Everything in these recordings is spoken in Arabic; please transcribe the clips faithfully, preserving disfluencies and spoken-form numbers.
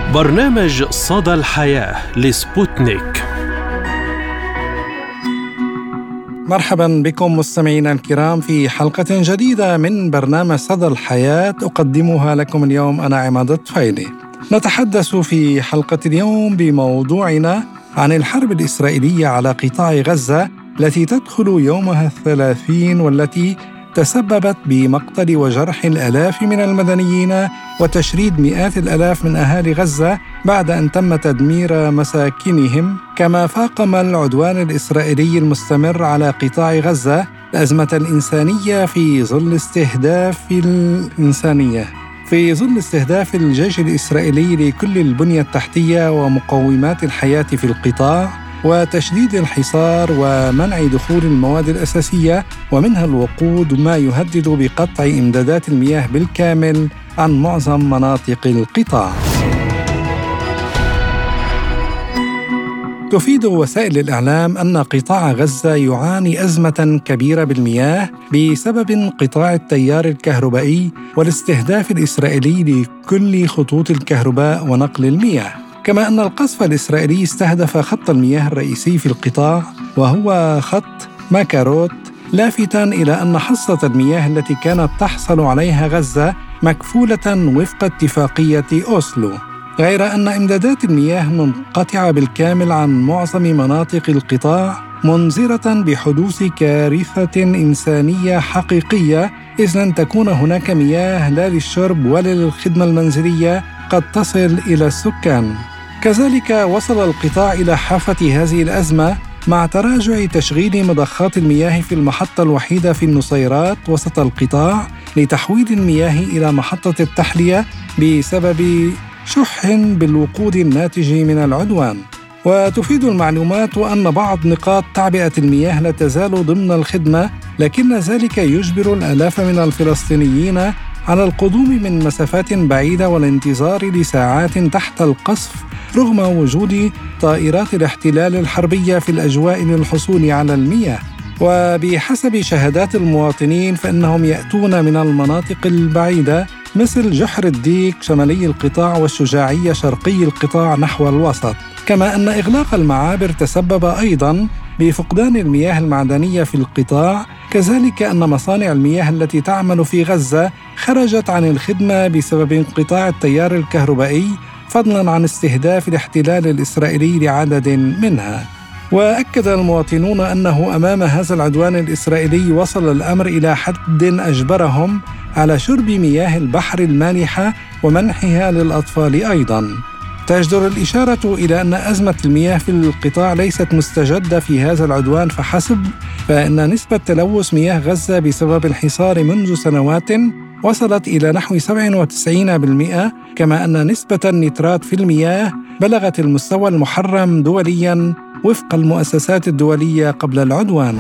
برنامج صدى الحياة لسبوتنيك. مرحبا بكم مستمعينا الكرام في حلقة جديدة من برنامج صدى الحياة أقدمها لكم اليوم أنا عماد الطفيلي. نتحدث في حلقة اليوم بموضوعنا عن الحرب الإسرائيلية على قطاع غزة التي تدخل يومها الثلاثين، والتي تسببت بمقتل وجرح الآلاف من المدنيين وتشريد مئات الآلاف من أهالي غزة بعد أن تم تدمير مساكنهم، كما فاقم العدوان الإسرائيلي المستمر على قطاع غزة الأزمة الإنسانية في ظل استهداف الإنسانية في ظل استهداف الجيش الإسرائيلي لكل البنية التحتية ومقومات الحياة في القطاع، وتشديد الحصار ومنع دخول المواد الأساسية ومنها الوقود، ما يهدد بقطع إمدادات المياه بالكامل عن معظم مناطق القطاع. تفيد وسائل الإعلام أن قطاع غزة يعاني أزمة كبيرة بالمياه بسبب انقطاع التيار الكهربائي والاستهداف الإسرائيلي لكل خطوط الكهرباء ونقل المياه، كما أن القصف الإسرائيلي استهدف خط المياه الرئيسي في القطاع وهو خط ماكاروت، لافتاً إلى أن حصة المياه التي كانت تحصل عليها غزة مكفولة وفق اتفاقية أوسلو، غير أن إمدادات المياه منقطعة بالكامل عن معظم مناطق القطاع، منذرة بحدوث كارثة إنسانية حقيقية، إذ لن تكون هناك مياه لا للشرب ولا للخدمة المنزلية قد تصل إلى السكان. كذلك وصل القطاع إلى حافة هذه الأزمة مع تراجع تشغيل مضخات المياه في المحطة الوحيدة في النصيرات وسط القطاع لتحويل المياه إلى محطة التحلية بسبب شح بالوقود الناتج من العدوان. وتفيد المعلومات أن بعض نقاط تعبئة المياه لا تزال ضمن الخدمة، لكن ذلك يجبر الآلاف من الفلسطينيين على القدوم من مسافات بعيدة والانتظار لساعات تحت القصف رغم وجود طائرات الاحتلال الحربية في الأجواء للحصول على المياه. وبحسب شهادات المواطنين فإنهم يأتون من المناطق البعيدة مثل جحر الديك شمالي القطاع والشجاعية شرقي القطاع نحو الوسط، كما أن إغلاق المعابر تسبب أيضاً بفقدان المياه المعدنية في القطاع، كذلك أن مصانع المياه التي تعمل في غزة خرجت عن الخدمة بسبب انقطاع التيار الكهربائي، فضلاً عن استهداف الاحتلال الإسرائيلي لعدد منها. وأكد المواطنون أنه أمام هذا العدوان الإسرائيلي وصل الأمر إلى حد أجبرهم على شرب مياه البحر المالحة ومنحها للأطفال أيضاً. تجدر الإشارة إلى أن أزمة المياه في القطاع ليست مستجدة في هذا العدوان فحسب، فإن نسبة تلوث مياه غزة بسبب الحصار منذ سنوات وصلت إلى نحو سبعة وتسعين بالمئة، كما أن نسبة النترات في المياه بلغت المستوى المحرم دولياً وفق المؤسسات الدولية قبل العدوان.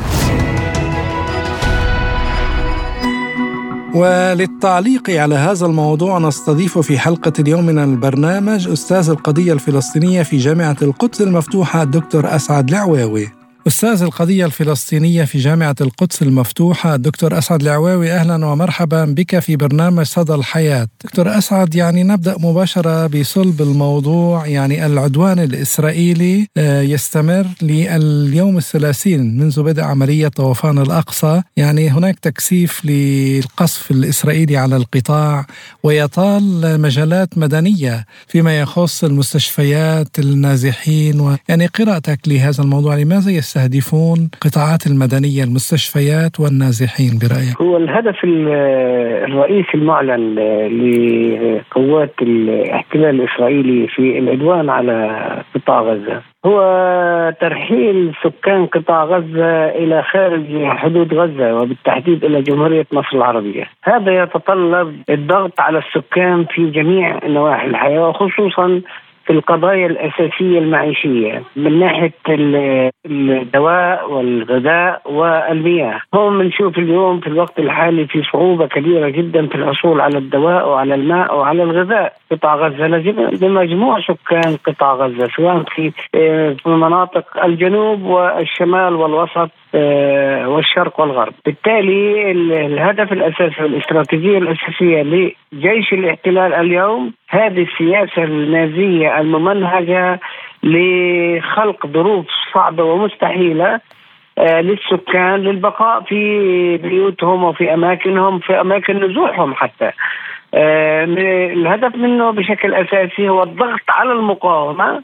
وللتعليق على هذا الموضوع نستضيف في حلقة اليوم من البرنامج أستاذ القضية الفلسطينية في جامعة القدس المفتوحة الدكتور أسعد العواوي. أستاذ القضية الفلسطينية في جامعة القدس المفتوحة الدكتور أسعد العواوي، أهلا ومرحبا بك في برنامج صدى الحياة. دكتور أسعد، يعني نبدأ مباشرة بصلب الموضوع. يعني العدوان الإسرائيلي يستمر لليوم الثلاثين منذ بدء عملية طوفان الأقصى، يعني هناك تكثيف للقصف الإسرائيلي على القطاع ويطال مجالات مدنية فيما يخص المستشفيات، النازحين، يعني قراءتك لهذا الموضوع، لماذا يستهدفون قطاعات المدنية المستشفيات والنازحين برأيك؟ هو الهدف الرئيسي المعلن لقوات الاحتلال الإسرائيلي في العدوان على قطاع غزة هو ترحيل سكان قطاع غزة إلى خارج حدود غزة وبالتحديد إلى جمهورية مصر العربية. هذا يتطلب الضغط على السكان في جميع نواحي الحياة، وخصوصا في القضايا الأساسية المعيشية من ناحية الدواء والغذاء والمياه. هم بنشوف اليوم في الوقت الحالي في صعوبة كبيرة جدا في الحصول على الدواء وعلى الماء وعلى الغذاء. قطاع غزة لمجموع سكان قطاع غزة سواء في في مناطق الجنوب والشمال والوسط والشرق والغرب. بالتالي الهدف الأساسي والاستراتيجية الأساسية لجيش الاحتلال اليوم هذه السياسة النازية الممنهجة لخلق ظروف صعبة ومستحيلة للسكان للبقاء في بيوتهم وفي أماكنهم، في أماكن نزوحهم حتى. الهدف منه بشكل أساسي هو الضغط على المقاومة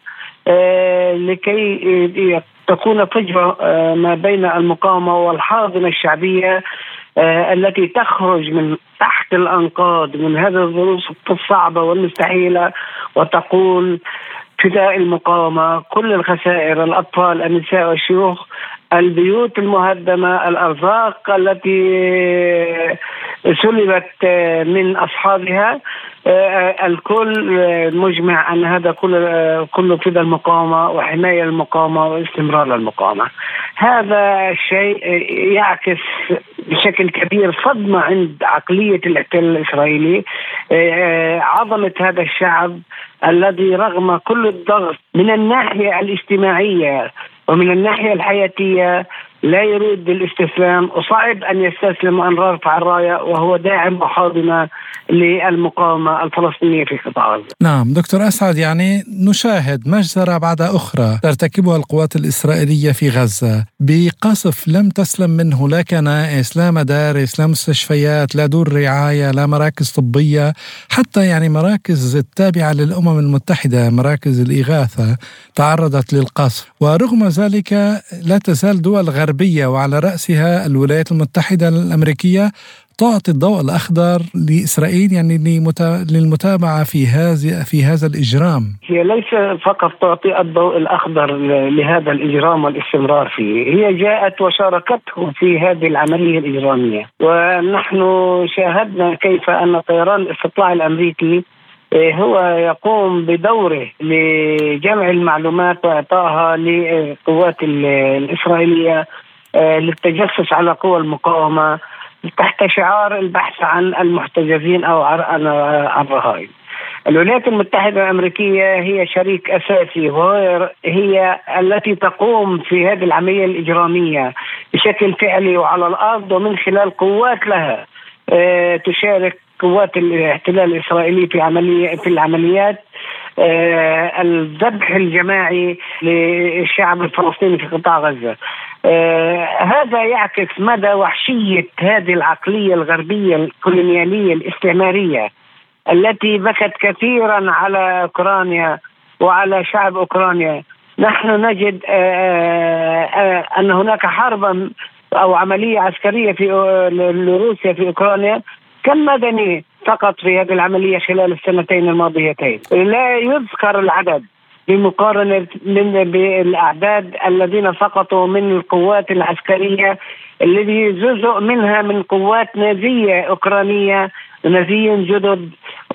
لكي تكون فجوة ما بين المقاومة والحاضنة الشعبية التي تخرج من تحت الأنقاض من هذه الظروف الصعبة والمستحيلة وتقول فداء المقاومة كل الخسائر، الأطفال، النساء والشيوخ، البيوت المهدمة، الأرزاق التي سلبت من أصحابها، الكل مجمع أن هذا كله كله فداء المقاومة وحماية المقاومة واستمرار المقاومة. هذا الشيء يعكس بشكل كبير صدمة عند عقلية الاحتلال الإسرائيلي، عظمة هذا الشعب الذي رغم كل الضغط من الناحية الاجتماعية ومن الناحية الحياتية لا يريد الاستسلام، وصعب أن يستسلم وأن يرفع الراية، وهو داعم وحاضنة للمقاومة الفلسطينية في قطاع غزة. نعم دكتور أسعد، يعني نشاهد مجزرة بعد أخرى ترتكبها القوات الإسرائيلية في غزة بقصف لم تسلم منه لا كنائس لا مدارس لا مستشفيات لا دور رعاية لا مراكز طبية، حتى يعني مراكز التابعة للأمم المتحدة، مراكز الإغاثة تعرضت للقصف. ورغم ذلك لا تزال دول غربية وعلى رأسها الولايات المتحدة الأمريكية تعطي الضوء الأخضر لإسرائيل، يعني للمتابعة في هذا في هذا الإجرام. هي ليس فقط تعطي الضوء الأخضر لهذا الإجرام والاستمرار فيه، هي جاءت وشاركته في هذه العملية الإجرامية. ونحن شاهدنا كيف أن طيران الاستطلاع الأمريكي هو يقوم بدوره لجمع المعلومات وإعطائها للقوات الإسرائيلية للتجسس على قوى المقاومة تحت شعار البحث عن المحتجزين أو عن الرهائن. الولايات المتحدة الأمريكية هي شريك أساسي، وهي التي تقوم في هذه العملية الإجرامية بشكل فعلي وعلى الأرض، ومن خلال قوات لها تشارك قوات الاحتلال الإسرائيلي في عملية في العمليات آه الذبح الجماعي للشعب الفلسطيني في قطاع غزة. آه هذا يعكس مدى وحشية هذه العقلية الغربية الكولونيالية الاستعمارية التي بكت كثيرا على أوكرانيا وعلى شعب أوكرانيا. نحن نجد آه آه أن هناك حربا أو عملية عسكرية في روسيا في أوكرانيا كم مدني فقط في هذه العملية خلال السنتين الماضيتين. لا يذكر العدد بمقارنة من بالأعداد الذين سقطوا من القوات العسكرية الذي جزء منها من قوات نازية أوكرانية، نازيين جدد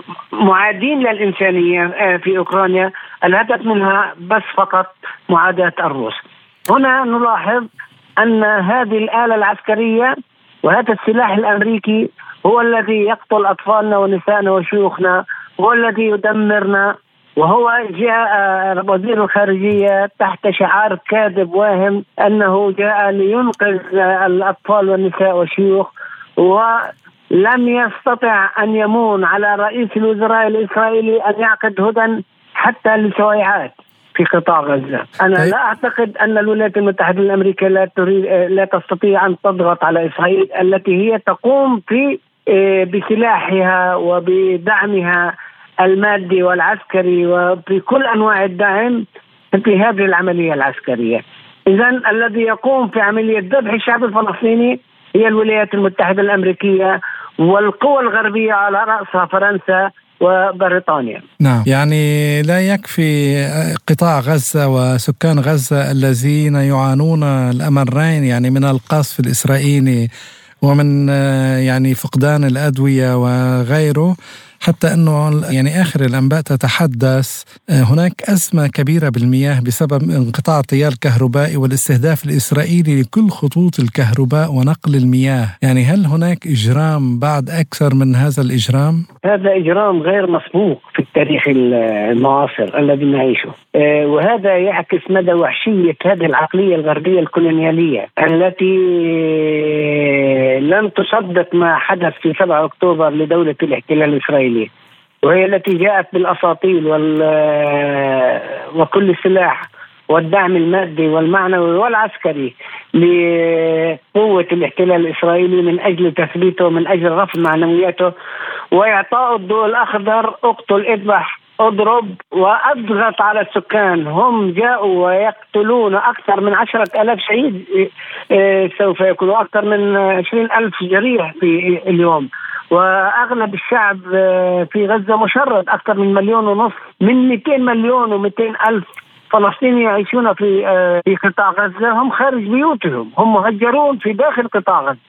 معادين للإنسانية في أوكرانيا، الهدف منها بس فقط معاداة الروس. هنا نلاحظ أن هذه الآلة العسكرية وهذا السلاح الأمريكي هو الذي يقتل أطفالنا ونسائنا وشيوخنا، هو الذي يدمرنا. وهو جاء وزير الخارجية تحت شعار كاذب واهم أنه جاء لينقذ الأطفال والنساء والشيوخ، ولم يستطع أن يمون على رئيس الوزراء الإسرائيلي أن يعقد هدى حتى لسويعات في قطاع غزة. أنا لا أعتقد أن الولايات المتحدة الأمريكية لا تريد لا تستطيع أن تضغط على إسرائيل التي هي تقوم في بسلاحها وبدعمها المادي والعسكري وبكل أنواع الدعم في هذه العملية العسكرية. إذن الذي يقوم في عملية ذبح الشعب الفلسطيني هي الولايات المتحدة الأمريكية والقوى الغربية على رأسها فرنسا وبريطانيا. نعم، يعني لا يكفي قطاع غزة وسكان غزة الذين يعانون الأمرين، يعني من القصف الإسرائيلي ومن يعني فقدان الأدوية وغيره، حتى أنه يعني آخر الأنباء تتحدث هناك أزمة كبيرة بالمياه بسبب انقطاع التيار الكهربائي والاستهداف الإسرائيلي لكل خطوط الكهرباء ونقل المياه. يعني هل هناك إجرام بعد أكثر من هذا الإجرام؟ هذا إجرام غير مسبوق في التاريخ المعاصر الذي نعيشه، وهذا يعكس مدى وحشية هذه العقلية الغربية الكولونيالية التي لم تصدق ما حدث في سبعة أكتوبر لدولة الاحتلال الإسرائيلي، وهي التي جاءت بالأساطيل وال... وكل السلاح والدعم المادي والمعنوي والعسكري لقوة الاحتلال الإسرائيلي من أجل تثبيته، من أجل رفع معنوياته وإعطاء الضوء الأخضر: اقتل، اذبح، اضرب واضغط على السكان. هم جاءوا ويقتلون اكثر من عشرة الاف شهيد، سوف يكونوا اكثر من عشرين الف جريح في اليوم، واغلب الشعب في غزة مشرد، اكثر من مليون ونصف، من مئتين مليون ومئتين الف فلسطيني يعيشون في في قطاع غزة هم خارج بيوتهم، هم مهجرون في داخل قطاع غزة.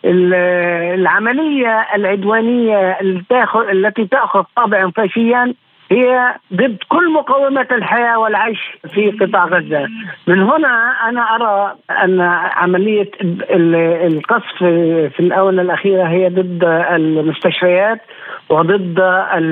العملية العدوانية التي تأخذ طابعا فاشيا هي ضد كل مقومات الحياة والعيش في قطاع غزة. من هنا أنا أرى أن عملية القصف في الآونة الأخيرة هي ضد المستشفيات وضد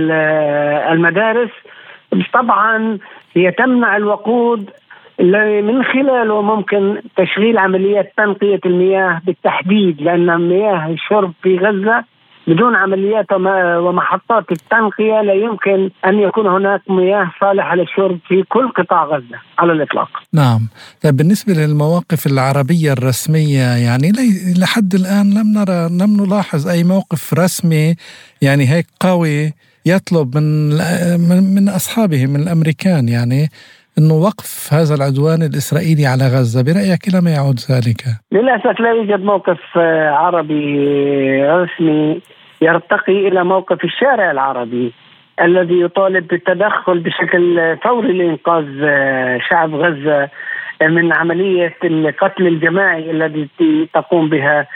المدارس. طبعا هي تمنع الوقود اللي من خلاله ممكن تشغيل عمليات تنقية المياه بالتحديد، لأن مياه الشرب في غزة بدون عمليات ومحطات التنقية لا يمكن أن يكون هناك مياه صالحة للشرب في كل قطاع غزة على الإطلاق. نعم. بالنسبة للمواقف العربية الرسمية، يعني لحد الآن لم نرى لم نلاحظ أي موقف رسمي يعني هيك قوي يطلب من من أصحابه من الأمريكان يعني إنه وقف هذا العدوان الإسرائيلي على غزة. برأيك لما يعود ذلك؟ للأسف لا يوجد موقف عربي رسمي يرتقي إلى موقف الشارع العربي الذي يطالب بالتدخل بشكل فوري لإنقاذ شعب غزة من عملية القتل الجماعي الذي تقوم بها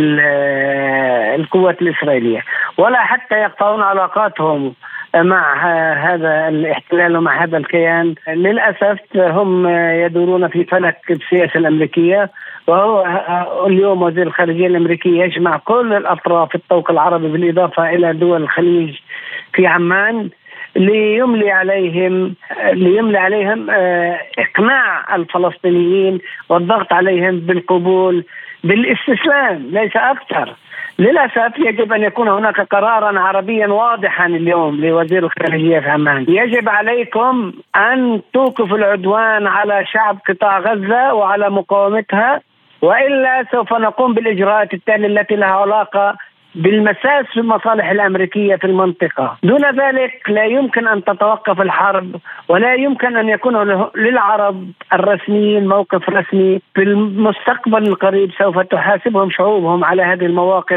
القوات الإسرائيلية، ولا حتى يقطعون علاقاتهم مع هذا الاحتلال ومع هذا الكيان. للأسف هم يدورون في فلك السياسة الأمريكية، وهو اليوم وزير الخارجية الأمريكي يجمع كل الأطراف الطوق العربي بالإضافة إلى دول الخليج في عمان ليملي عليهم ليملي عليهم إقناع الفلسطينيين والضغط عليهم بالقبول بالاستسلام ليس أكثر. للأسف يجب أن يكون هناك قرارا عربيا واضحا اليوم لوزير الخارجية في عمان: يجب عليكم أن توقفوا العدوان على شعب قطاع غزة وعلى مقاومتها، وإلا سوف نقوم بالإجراءات التالية التي لها علاقة بالمساس في المصالح الأمريكية في المنطقة. دون ذلك لا يمكن أن تتوقف الحرب، ولا يمكن أن يكون للعرب الرسميين موقف رسمي في المستقبل القريب. سوف تحاسبهم شعوبهم على هذه المواقف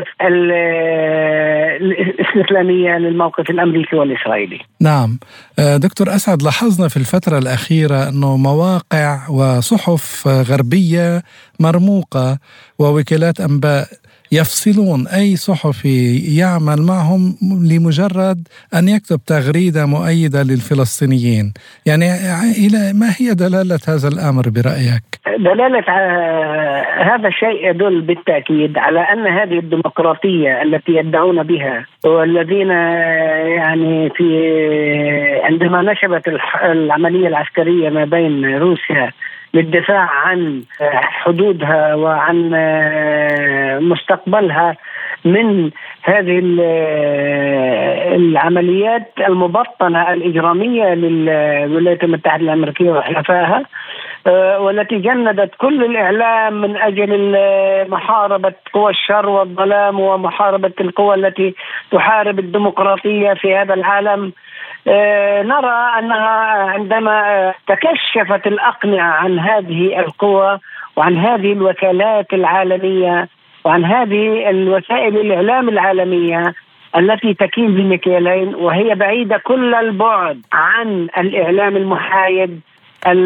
الاستسلامية للموقف الأمريكي والإسرائيلي. نعم دكتور أسعد، لاحظنا في الفترة الأخيرة أنه مواقع وصحف غربية مرموقة ووكالات أنباء يفصلون أي صحفي يعمل معهم لمجرد أن يكتب تغريدة مؤيدة للفلسطينيين. يعني ما هي دلالة هذا الأمر برأيك؟ دلالة هذا الشيء يدل بالتأكيد على أن هذه الديمقراطية التي يدعون بها والذين يعني في عندما نشبت العملية العسكرية ما بين روسيا للدفاع عن حدودها وعن مستقبلها من هذه العمليات المبطنة الإجرامية للولايات المتحدة الأمريكية وحلفائها، والتي جندت كل الإعلام من أجل محاربة قوى الشر والظلام ومحاربة القوى التي تحارب الديمقراطية في هذا العالم. نرى أنها عندما تكشفت الأقنعة عن هذه القوى وعن هذه الوكالات العالمية وعن هذه الوسائل الإعلام العالمية التي تكين بمكيالين، وهي بعيدة كل البعد عن الإعلام المحايد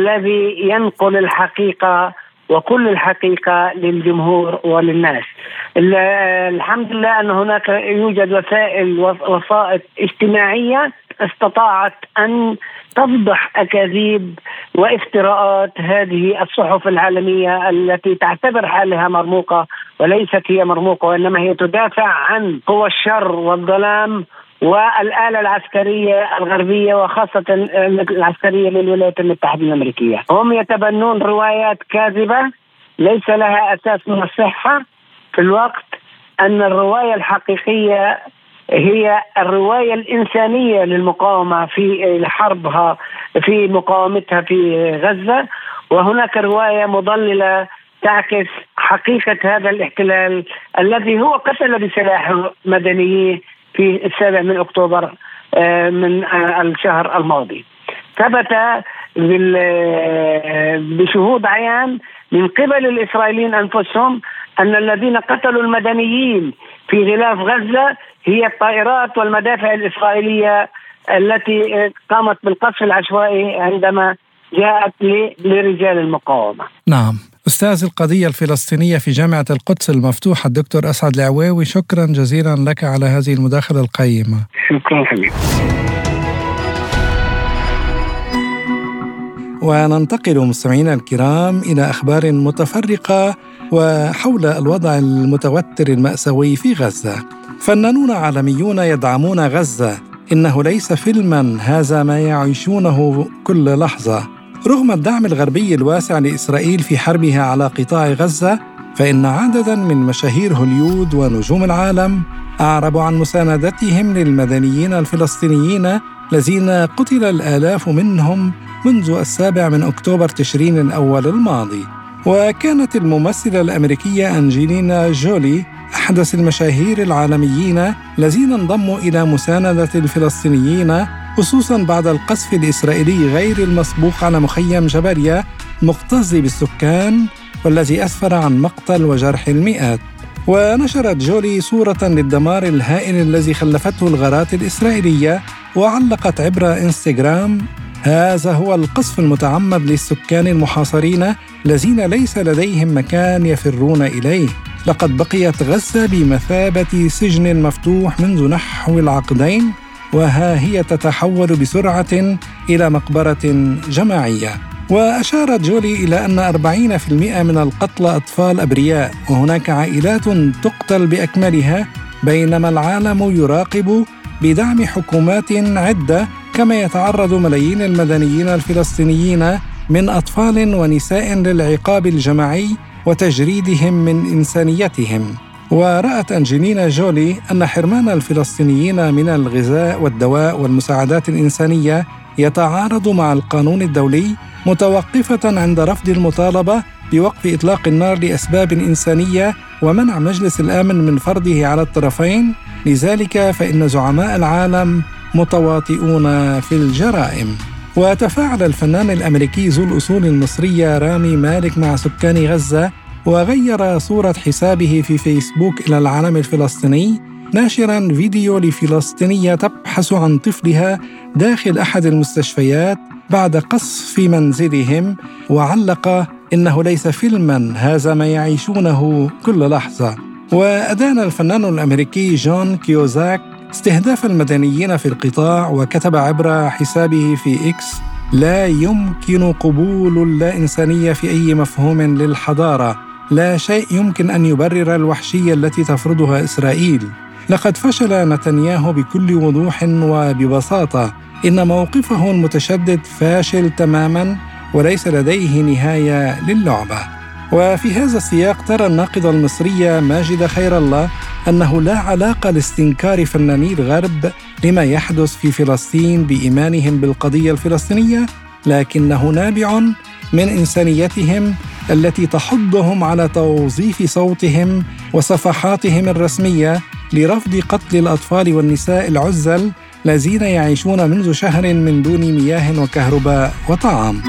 الذي ينقل الحقيقة وكل الحقيقة للجمهور وللناس. الحمد لله أن هناك يوجد وسائل وسائط اجتماعية استطاعت أن تفضح أكاذيب وافتراءات هذه الصحف العالمية التي تعتبر حالها مرموقة، وليست هي مرموقة وإنما هي تدافع عن قوى الشر والظلام والآلة العسكرية الغربية وخاصة العسكرية للولايات المتحدة الأمريكية. هم يتبنون روايات كاذبة ليس لها أساس من الصحة، في الوقت أن الرواية الحقيقية هي الرواية الإنسانية للمقاومة في حربها في مقاومتها في غزة، وهناك رواية مضللة تعكس حقيقة هذا الاحتلال الذي هو قتل بسلاحه مدنيين في السابع من أكتوبر من الشهر الماضي. ثبت بشهود عيان من قبل الإسرائيليين أنفسهم أن الذين قتلوا المدنيين في غلاف غزة هي الطائرات والمدافع الإسرائيلية التي قامت بالقصف العشوائي عندما جاءت لرجال المقاومة. نعم. أستاذ القضية الفلسطينية في جامعة القدس المفتوحة الدكتور أسعد العواوي، شكرا جزيلا لك على هذه المداخلة القيمة. شكرا حبيبي. وننتقل مستمعينا الكرام إلى أخبار متفرقة وحول الوضع المتوتر المأساوي في غزة. فنانون عالميون يدعمون غزة، إنه ليس فيلما، هذا ما يعيشونه كل لحظة. رغم الدعم الغربي الواسع لإسرائيل في حربها على قطاع غزة، فإن عددا من مشاهير هوليود ونجوم العالم أعربوا عن مساندتهم للمدنيين الفلسطينيين الذين قتل الآلاف منهم منذ السابع من أكتوبر تشرين الأول الماضي. وكانت الممثلة الأمريكية أنجلينا جولي أحدث المشاهير العالميين الذين انضموا إلى مساندة الفلسطينيين، خصوصاً بعد القصف الإسرائيلي غير المسبوق على مخيم جباليا مكتظ بالسكان والذي أسفر عن مقتل وجرح المئات. ونشرت جولي صورة للدمار الهائل الذي خلفته الغارات الإسرائيلية، وعلقت عبر إنستغرام: هذا هو القصف المتعمد للسكان المحاصرين الذين ليس لديهم مكان يفرون إليه. لقد بقيت غزة بمثابة سجن مفتوح منذ نحو العقدين، وها هي تتحول بسرعة إلى مقبرة جماعية. وأشارت جولي إلى أن أربعين بالمئة من القتلى أطفال أبرياء، وهناك عائلات تقتل بأكملها، بينما العالم يراقب بدعم حكومات عدة، كما يتعرض ملايين المدنيين الفلسطينيين من أطفال ونساء للعقاب الجماعي وتجريدهم من إنسانيتهم. ورأت أنجلينا جولي أن حرمان الفلسطينيين من الغذاء والدواء والمساعدات الإنسانية يتعارض مع القانون الدولي، متوقفة عند رفض المطالبة بوقف إطلاق النار لأسباب إنسانية ومنع مجلس الأمن من فرضه على الطرفين. لذلك فإن زعماء العالم متواطئون في الجرائم. وتفاعل الفنان الأمريكي ذو الأصول المصرية رامي مالك مع سكان غزة، وغير صورة حسابه في فيسبوك إلى العلم الفلسطيني، ناشراً فيديو لفلسطينية تبحث عن طفلها داخل أحد المستشفيات بعد قصف منزلهم، وعلق: إنه ليس فيلماً، هذا ما يعيشونه كل لحظة. وأدان الفنان الأمريكي جون كيوزاك استهداف المدنيين في القطاع، وكتب عبر حسابه في إكس: لا يمكن قبول اللا إنسانية في أي مفهوم للحضارة، لا شيء يمكن أن يبرر الوحشية التي تفرضها إسرائيل. لقد فشل نتنياهو بكل وضوح وببساطة، إن موقفه المتشدد فاشل تماماً وليس لديه نهاية للعبة. وفي هذا السياق ترى الناقدة المصرية ماجدة خير الله أنه لا علاقة لاستنكار فناني الغرب لما يحدث في فلسطين بإيمانهم بالقضية الفلسطينية، لكنه نابع من إنسانيتهم التي تحضهم على توظيف صوتهم وصفحاتهم الرسمية لرفض قتل الأطفال والنساء العزل الذين يعيشون منذ شهر من دون مياه وكهرباء وطعام.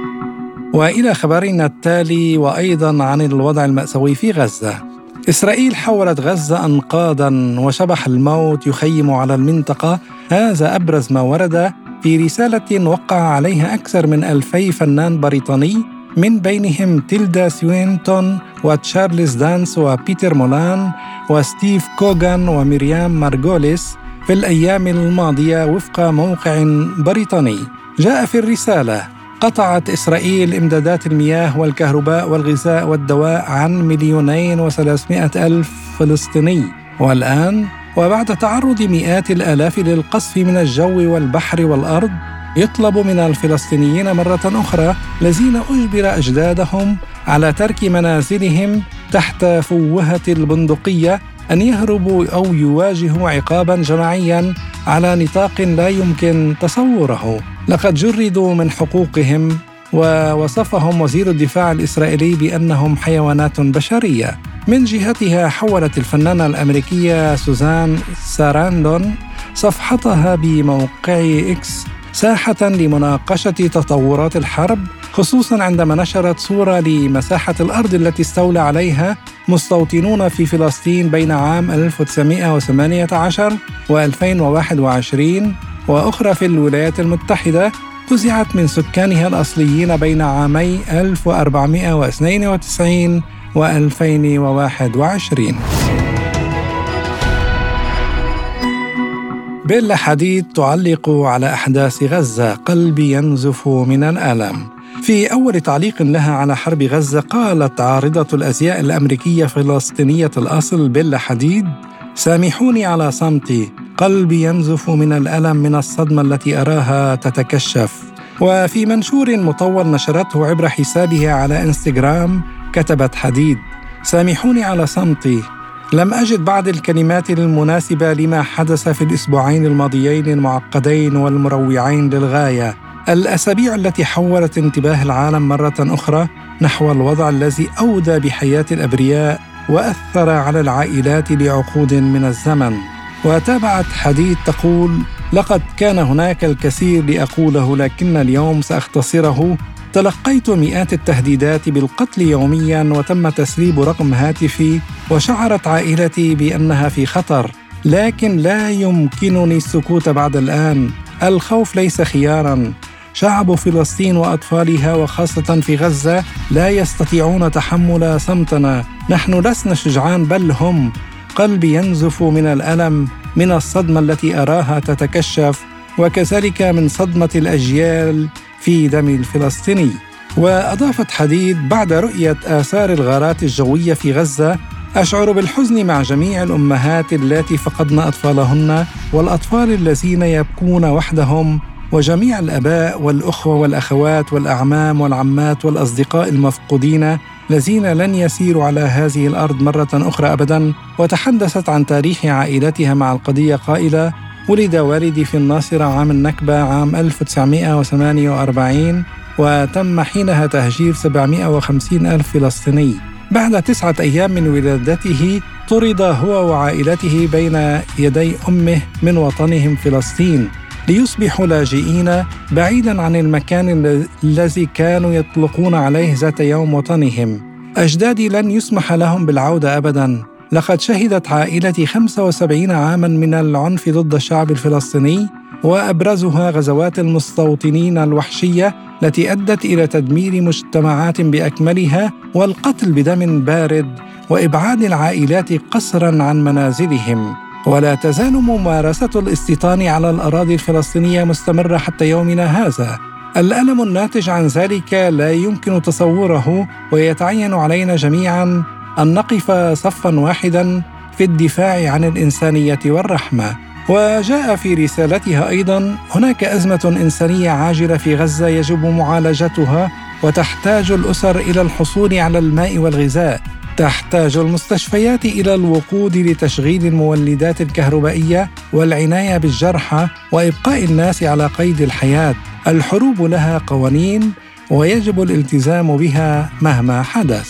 وإلى خبرنا التالي وأيضاً عن الوضع المأساوي في غزة. إسرائيل حولت غزة أنقاضاً، وشبح الموت يخيم على المنطقة. هذا أبرز ما ورد في رسالة وقع عليها أكثر من ألفي فنان بريطاني من بينهم تيلدا سوينتون وتشارلز دانس وبيتر مولان وستيف كوغان وميريام مارغوليس في الأيام الماضية وفق موقع بريطاني. جاء في الرسالة: قطعت إسرائيل إمدادات المياه والكهرباء والغذاء والدواء عن مليونين وثلاثمائة ألف فلسطيني، والآن وبعد تعرض مئات الآلاف للقصف من الجو والبحر والأرض يطلب من الفلسطينيين مرة أخرى الذين أجبر أجدادهم على ترك منازلهم تحت فوهة البندقية أن يهربوا أو يواجهوا عقاباً جماعياً على نطاق لا يمكن تصوره. لقد جردوا من حقوقهم، ووصفهم وزير الدفاع الإسرائيلي بأنهم حيوانات بشرية. من جهتها حولت الفنانة الأمريكية سوزان ساراندون صفحتها بموقع إكس ساحة لمناقشة تطورات الحرب، خصوصاً عندما نشرت صورة لمساحة الأرض التي استولى عليها مستوطنون في فلسطين بين عام ألف وتسعمائة وثمانية عشر وألفين وواحد وعشرين، وأخرى في الولايات المتحدة فزعت من سكانها الأصليين بين عامي ألف وأربعمائة واثنين وتسعين وألفين وواحد وعشرين. بيلا حديد تعلق على أحداث غزة: قلبي ينزف من الألم. في أول تعليق لها على حرب غزة قالت عارضة الأزياء الأمريكية فلسطينية الأصل بيلا حديد: سامحوني على صمتي، قلبي ينزف من الألم من الصدمة التي أراها تتكشف. وفي منشور مطول نشرته عبر حسابها على إنستغرام كتبت حديد: سامحوني على صمتي، لم أجد بعض الكلمات المناسبة لما حدث في الأسبوعين الماضيين المعقدين والمروعين للغاية، الأسابيع التي حولت انتباه العالم مرة أخرى نحو الوضع الذي أودى بحياة الأبرياء وأثر على العائلات لعقود من الزمن. وتابعت حديد تقول: لقد كان هناك الكثير لأقوله، لكن اليوم سأختصره. تلقيت مئات التهديدات بالقتل يومياً، وتم تسريب رقم هاتفي، وشعرت عائلتي بأنها في خطر، لكن لا يمكنني السكوت بعد الآن. الخوف ليس خياراً. شعب فلسطين وأطفالها وخاصة في غزة لا يستطيعون تحمل صمتنا. نحن لسنا شجعان بل هم. قلبي ينزف من الألم من الصدمة التي أراها تتكشف، وكذلك من صدمة الأجيال في دم الفلسطيني. وأضافت حديد: بعد رؤية آثار الغارات الجوية في غزة أشعر بالحزن مع جميع الأمهات اللاتي فقدن أطفالهن، والأطفال الذين يبكون وحدهم، وجميع الآباء والأخوة والأخوات والأعمام والعمات والأصدقاء المفقودين الذين لن يسيروا على هذه الأرض مرة أخرى أبداً. وتحدثت عن تاريخ عائلتها مع القضية قائلة: ولد والدي في الناصرة عام النكبة عام ألف وتسعمائة وثمانية وأربعين، وتم حينها تهجير سبعمائة وخمسين ألف فلسطيني. بعد تسعة أيام من ولادته طرد هو وعائلته بين يدي أمه من وطنهم فلسطين ليصبحوا لاجئين بعيداً عن المكان الذي كانوا يطلقون عليه ذات يوم وطنهم. أجدادي لن يسمح لهم بالعودة أبداً. لقد شهدت عائلتي خمسة وسبعين عاماً من العنف ضد الشعب الفلسطيني، وأبرزها غزوات المستوطنين الوحشية التي أدت إلى تدمير مجتمعات بأكملها والقتل بدم بارد وإبعاد العائلات قسراً عن منازلهم. ولا تزال ممارسة الاستيطان على الأراضي الفلسطينية مستمرة حتى يومنا هذا. الألم الناتج عن ذلك لا يمكن تصوره، ويتعين علينا جميعاً أن نقف صفاً واحداً في الدفاع عن الإنسانية والرحمة. وجاء في رسالتها أيضاً: هناك أزمة إنسانية عاجلة في غزة يجب معالجتها، وتحتاج الأسر إلى الحصول على الماء والغذاء. تحتاج المستشفيات إلى الوقود لتشغيل المولدات الكهربائية والعناية بالجرحى وإبقاء الناس على قيد الحياة. الحروب لها قوانين ويجب الالتزام بها مهما حدث.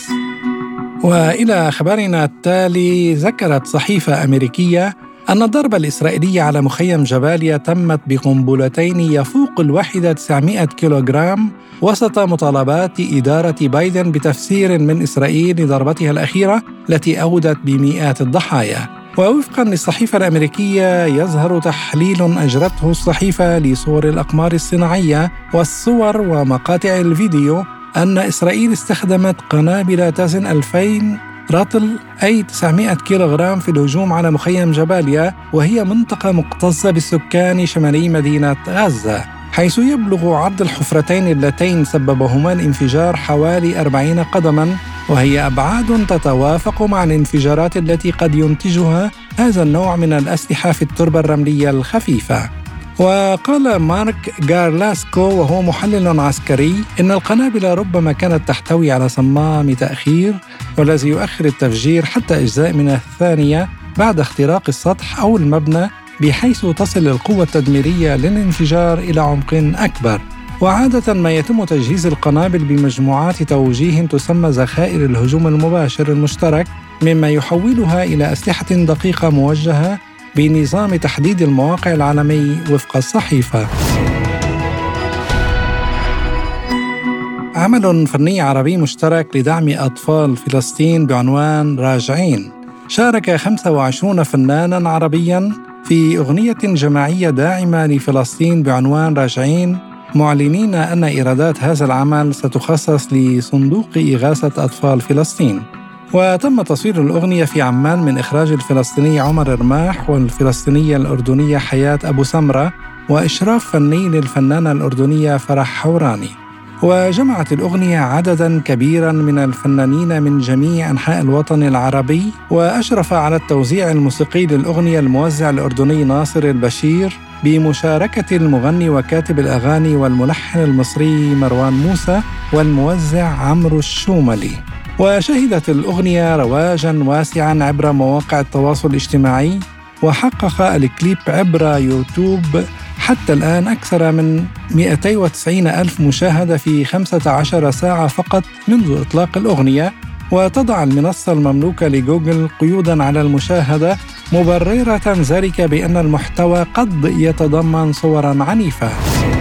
وإلى خبرنا التالي: ذكرت صحيفة أمريكية أن الضربة الإسرائيلية على مخيم جباليا تمت بقنبلتين يفوق الواحدة تسعمائة كيلوغرام، وسط مطالبات إدارة بايدن بتفسير من إسرائيل لضربتها الأخيرة التي أودت بمئات الضحايا. ووفقاً للصحيفة الأمريكية يظهر تحليل أجرته الصحيفة لصور الأقمار الصناعية والصور ومقاطع الفيديو أن إسرائيل استخدمت قنابل تزن ألفين رطل أي تسعمائة كيلوغرام في الهجوم على مخيم جباليا، وهي منطقة مكتظة بالسكان شمالي مدينة غزة، حيث يبلغ عرض الحفرتين اللتين سببهما الانفجار حوالي أربعين قدماً، وهي أبعاد تتوافق مع الانفجارات التي قد ينتجها هذا النوع من الأسلحة في التربة الرملية الخفيفة. وقال مارك غارلاسكو وهو محلل عسكري إن القنابل ربما كانت تحتوي على صمام تأخير، والذي يؤخر التفجير حتى أجزاء من الثانية بعد اختراق السطح أو المبنى، بحيث تصل القوة التدميرية للانفجار إلى عمق أكبر. وعادة ما يتم تجهيز القنابل بمجموعات توجيه تسمى ذخائر الهجوم المباشر المشترك، مما يحولها إلى أسلحة دقيقة موجهة بنظام تحديد المواقع العالمي وفق الصحيفة. عمل فني عربي مشترك لدعم أطفال فلسطين بعنوان راجعين، شارك خمسة وعشرين فناناً عربياً في أغنية جماعية داعمة لفلسطين بعنوان راجعين، معلنين أن إيرادات هذا العمل ستخصص لصندوق إغاثة أطفال فلسطين. وتم تصوير الأغنية في عمان من إخراج الفلسطيني عمر رماح والفلسطينية الأردنية حياة أبو سمرة، وإشراف فني للفنانة الأردنية فرح حوراني. وجمعت الأغنية عدداً كبيراً من الفنانين من جميع أنحاء الوطن العربي، وأشرف على التوزيع الموسيقي للأغنية الموزع الأردني ناصر البشير بمشاركة المغني وكاتب الأغاني والملحن المصري مروان موسى والموزع عمرو الشوملي. وشهدت الأغنية رواجاً واسعاً عبر مواقع التواصل الاجتماعي، وحقق الكليب عبر يوتيوب حتى الآن أكثر من مئتين وتسعين ألف مشاهدة في خمسة عشر ساعة فقط منذ إطلاق الأغنية. وتضع المنصة المملوكة لجوجل قيوداً على المشاهدة، مبررة ذلك بأن المحتوى قد يتضمن صوراً عنيفة.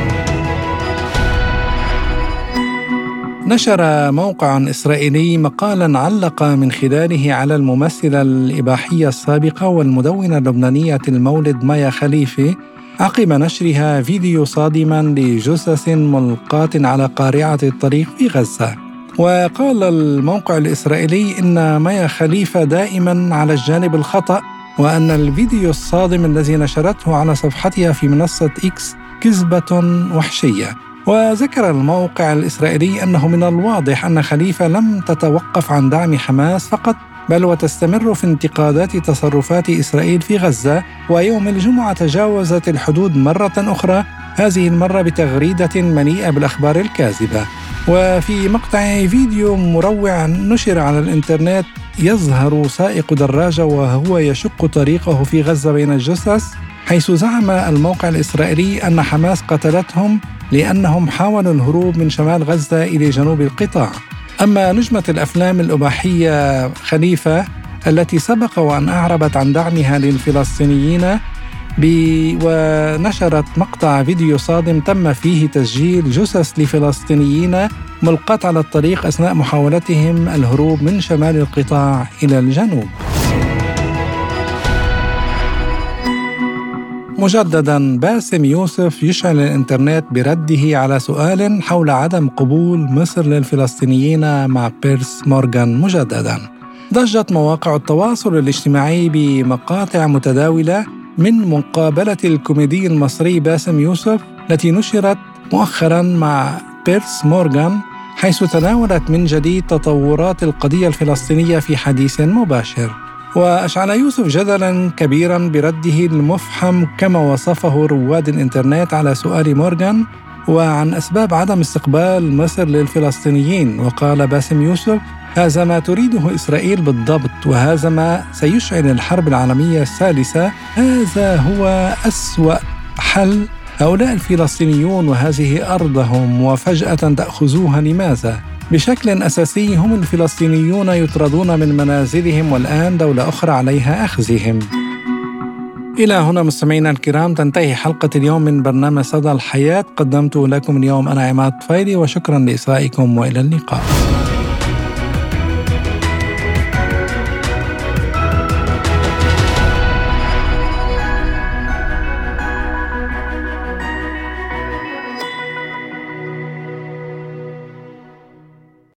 نشر موقع إسرائيلي مقالاً علق من خلاله على الممثلة الإباحية السابقة والمدونة اللبنانية المولد مايا خليفة عقب نشرها فيديو صادماً لجثث ملقاة على قارعة الطريق في غزة. وقال الموقع الإسرائيلي إن مايا خليفة دائماً على الجانب الخطأ، وأن الفيديو الصادم الذي نشرته على صفحتها في منصة إكس كذبة وحشية. وذكر الموقع الإسرائيلي أنه من الواضح أن خليفة لم تتوقف عن دعم حماس فقط، بل وتستمر في انتقادات تصرفات إسرائيل في غزة. ويوم الجمعة تجاوزت الحدود مرة أخرى، هذه المرة بتغريدة مليئة بالأخبار الكاذبة. وفي مقطع فيديو مروع نشر على الإنترنت يظهر سائق دراجة وهو يشق طريقه في غزة بين الجثث، حيث زعم الموقع الإسرائيلي أن حماس قتلتهم لأنهم حاولوا الهروب من شمال غزة إلى جنوب القطاع. أما نجمة الأفلام الإباحية خليفة التي سبق وأن أعربت عن دعمها للفلسطينيين ونشرت مقطع فيديو صادم تم فيه تسجيل جثث لفلسطينيين ملقاة على الطريق أثناء محاولتهم الهروب من شمال القطاع إلى الجنوب. مجدداً، باسم يوسف يشعل الإنترنت برده على سؤال حول عدم قبول مصر للفلسطينيين مع بيرس مورغان. مجدداً ضجت مواقع التواصل الاجتماعي بمقاطع متداولة من مقابلة الكوميدي المصري باسم يوسف التي نشرت مؤخراً مع بيرس مورغان، حيث تناولت من جديد تطورات القضية الفلسطينية في حديث مباشر. وأشعل يوسف جدلاً كبيراً برده المفحم كما وصفه رواد الإنترنت على سؤال مورغان وعن أسباب عدم استقبال مصر للفلسطينيين. وقال باسم يوسف: هذا ما تريده إسرائيل بالضبط، وهذا ما سيشعل الحرب العالمية الثالثة. هذا هو أسوأ حل. هؤلاء الفلسطينيون وهذه أرضهم وفجأة تأخذوها. لماذا؟ بشكل أساسي هم الفلسطينيون يطردون من منازلهم، والآن دولة أخرى عليها أخذهم. إلى هنا مستمعينا الكرام تنتهي حلقة اليوم من برنامج صدى الحياة. قدمت لكم اليوم أنا عماد فايلي، وشكرا لإصغائكم وإلى اللقاء.